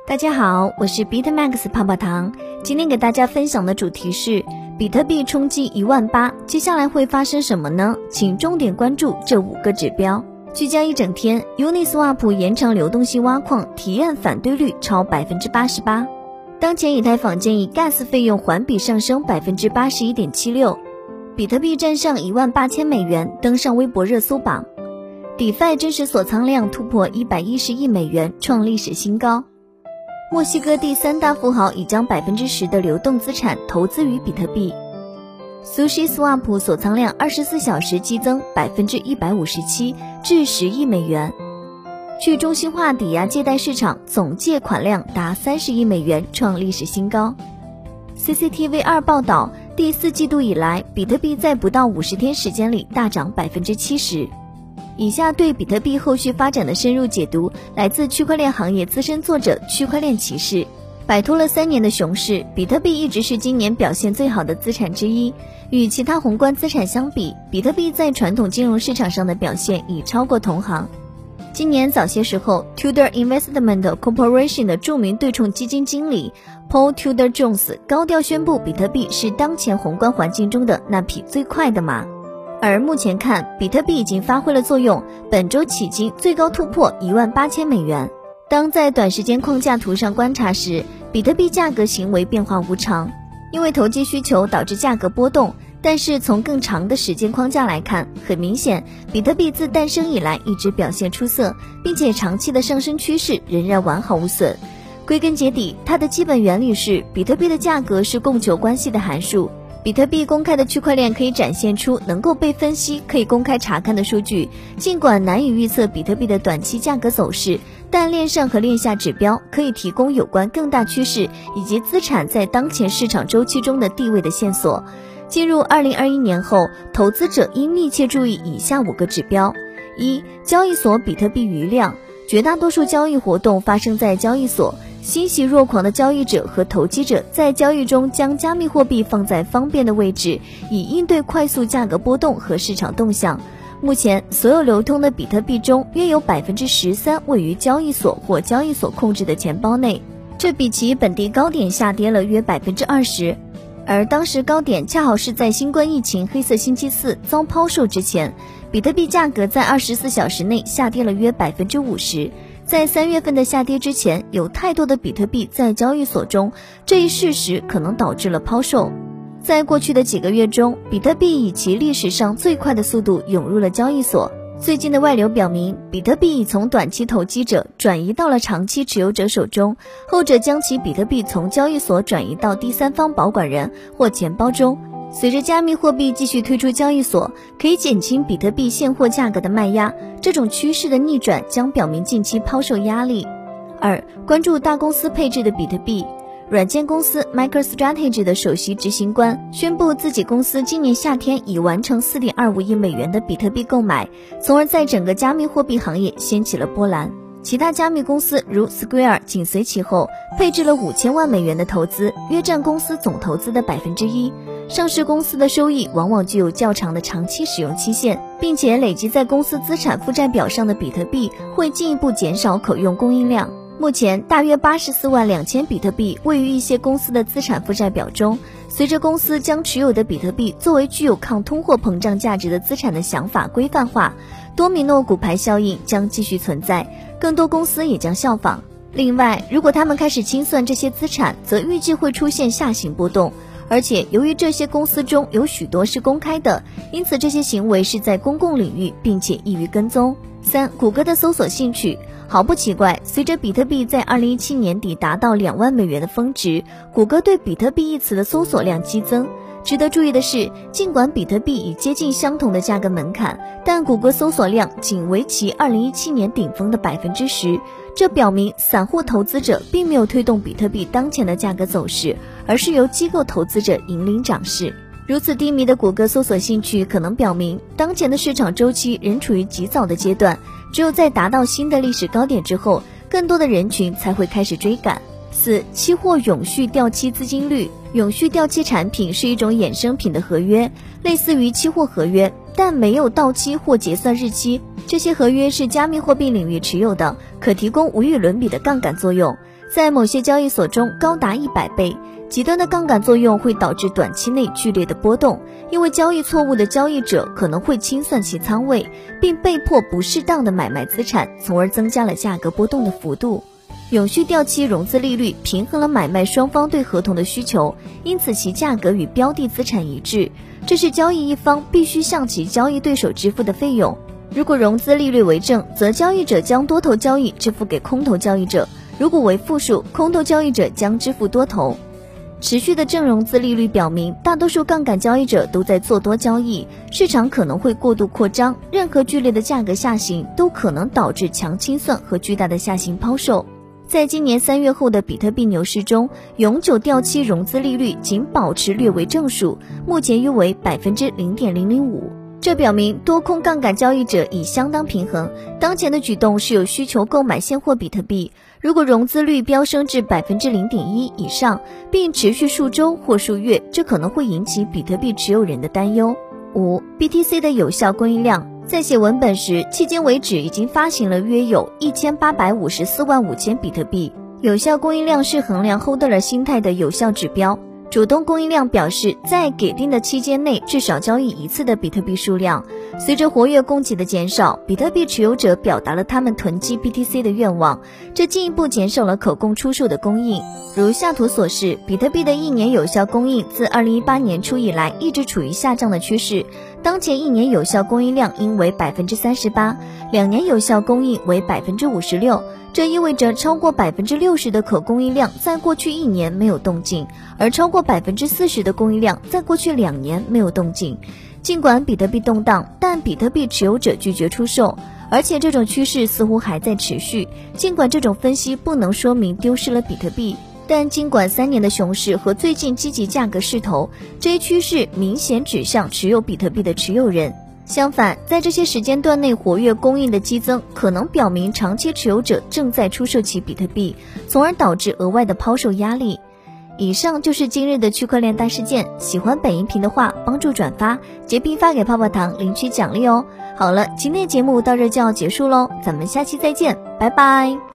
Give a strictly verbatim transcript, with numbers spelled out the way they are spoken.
大家好，我是 BitMax 泡泡糖，今天给大家分享的主题是比特币冲击一万八，接下来会发生什么呢？请重点关注这五个指标。聚焦一整天 ，Uniswap 延长流动性挖矿提案反对率超 百分之八十八。当前以太坊建议 Gas 费用环比上升 百分之八十一点七六， 比特币站上一万八千美元，登上微博热搜榜。DeFi 真实锁仓量突破一百一十亿美元，创历史新高。墨西哥第三大富豪已将 百分之十 的流动资产投资于比特币。SushiSwap 锁仓量二十四小时激增 百分之一百五十七 至十亿美元。去中心化抵押借贷市场总借款量达三十亿美元，创历史新高。C C T V 二报道，第四季度以来，比特币在不到五十天时间里大涨 百分之七十。以下对比特币后续发展的深入解读，来自区块链行业资深作者区块链骑士。摆脱了三年的熊市，比特币一直是今年表现最好的资产之一。与其他宏观资产相比，比特币在传统金融市场上的表现已超过同行。今年早些时候 Tudor Investment Corporation 的著名对冲基金经理 Paul Tudor Jones 高调宣布，比特币是当前宏观环境中的那匹最快的马。而目前看，比特币已经发挥了作用，本周迄今最高突破一万八千美元。当在短时间框架图上观察时，比特币价格行为变化无常，因为投机需求导致价格波动。但是从更长的时间框架来看，很明显，比特币自诞生以来一直表现出色，并且长期的上升趋势仍然完好无损。归根结底，它的基本原理是，比特币的价格是供求关系的函数。比特币公开的区块链可以展现出能够被分析、可以公开查看的数据，尽管难以预测比特币的短期价格走势，但链上和链下指标可以提供有关更大趋势以及资产在当前市场周期中的地位的线索。进入二零二一年后，投资者应密切注意以下五个指标：一、交易所比特币余量，绝大多数交易活动发生在交易所。欣喜若狂的交易者和投机者在交易中将加密货币放在方便的位置，以应对快速价格波动和市场动向。目前，所有流通的比特币中，约有 百分之十三 位于交易所或交易所控制的钱包内，这比其本地高点下跌了约 百分之二十。而当时高点恰好是在新冠疫情黑色星期四遭抛售之前，比特币价格在二十四小时内下跌了约 百分之五十。在三月份的下跌之前，有太多的比特币在交易所中，这一事实可能导致了抛售。在过去的几个月中，比特币以其历史上最快的速度涌入了交易所。最近的外流表明，比特币已从短期投机者转移到了长期持有者手中，后者将其比特币从交易所转移到第三方保管人或钱包中。随着加密货币继续推出交易所，可以减轻比特币现货价格的卖压，这种趋势的逆转将表明近期抛售压力。二、关注大公司配置的比特币。软件公司 MicroStrategy 的首席执行官宣布，自己公司今年夏天已完成 四点二五亿美元的比特币购买，从而在整个加密货币行业掀起了波澜。其他加密公司如 Square 紧随其后，配置了五千万美元的投资，约占公司总投资的 百分之一。上市公司的收益往往具有较长的长期使用期限，并且累积在公司资产负债表上的比特币会进一步减少可用供应量。目前大约八十四万两千比特币位于一些公司的资产负债表中。随着公司将持有的比特币作为具有抗通货膨胀价值的资产的想法规范化，多米诺骨牌效应将继续存在，更多公司也将效仿。另外，如果他们开始清算这些资产，则预计会出现下行波动。而且由于这些公司中有许多是公开的，因此这些行为是在公共领域，并且易于跟踪。三、谷歌的搜索兴趣。毫不奇怪，随着比特币在二零一七年底达到两万美元的峰值，谷歌对比特币一词的搜索量激增。值得注意的是，尽管比特币已接近相同的价格门槛，但谷歌搜索量仅为其二零一七年顶峰的 百分之十， 这表明散户投资者并没有推动比特币当前的价格走势，而是由机构投资者引领涨势。如此低迷的谷歌搜索兴趣可能表明，当前的市场周期仍处于极早的阶段，只有在达到新的历史高点之后，更多的人群才会开始追赶。四、期货永续掉期资金率。永续掉期产品是一种衍生品的合约，类似于期货合约，但没有到期或结算日期。这些合约是加密货币领域持有的，可提供无与伦比的杠杆作用。 在某些交易所中高达一百倍。极端的杠杆作用会导致短期内剧烈的波动，因为交易错误的交易者可能会清算其仓位，并被迫不适当的买卖资产，从而增加了价格波动的幅度。永续掉期融资利率平衡了买卖双方对合同的需求，因此其价格与标的资产一致，这是交易一方必须向其交易对手支付的费用。如果融资利率为正，则交易者将多头交易支付给空头交易者；如果为负数，空头交易者将支付多头。持续的正融资利率表明，大多数杠杆交易者都在做多交易，市场可能会过度扩张，任何剧烈的价格下行都可能导致强清算和巨大的下行抛售。在今年三月后的比特币牛市中，永久掉期融资利率仅保持略为正数，目前约为 百分之零点零零五。这表明多空杠杆交易者已相当平衡，当前的举动是有需求购买现货比特币。如果融资率飙升至 百分之零点一 以上，并持续数周或数月，这可能会引起比特币持有人的担忧。五 B T C 的有效供应量。在写文本时，迄今为止已经发行了约有一千八百五十四万五千比特币。有效供应量是衡量 hodler 心态的有效指标。主动供应量表示在给定的期间内至少交易一次的比特币数量。随着活跃供给的减少，比特币持有者表达了他们囤积 B T C 的愿望，这进一步减少了可供出售的供应。如下图所示，比特币的一年有效供应自二零一八年初以来一直处于下降的趋势，当前一年有效供应量应为 百分之三十八， 两年有效供应为 百分之五十六。这意味着超过 百分之六十 的可供应量在过去一年没有动静，而超过 百分之四十 的供应量在过去两年没有动静。尽管比特币动荡，但比特币持有者拒绝出售，而且这种趋势似乎还在持续。尽管这种分析不能说明丢失了比特币，但尽管三年的熊市和最近积极价格势头，这一趋势明显指向持有比特币的持有人。相反，在这些时间段内活跃供应的激增，可能表明长期持有者正在出售其比特币，从而导致额外的抛售压力。以上就是今日的区块链大事件，喜欢本音频的话，帮助转发截屏发给泡泡糖领取奖励哦。好了，今天的节目到这就要结束喽，咱们下期再见，拜拜。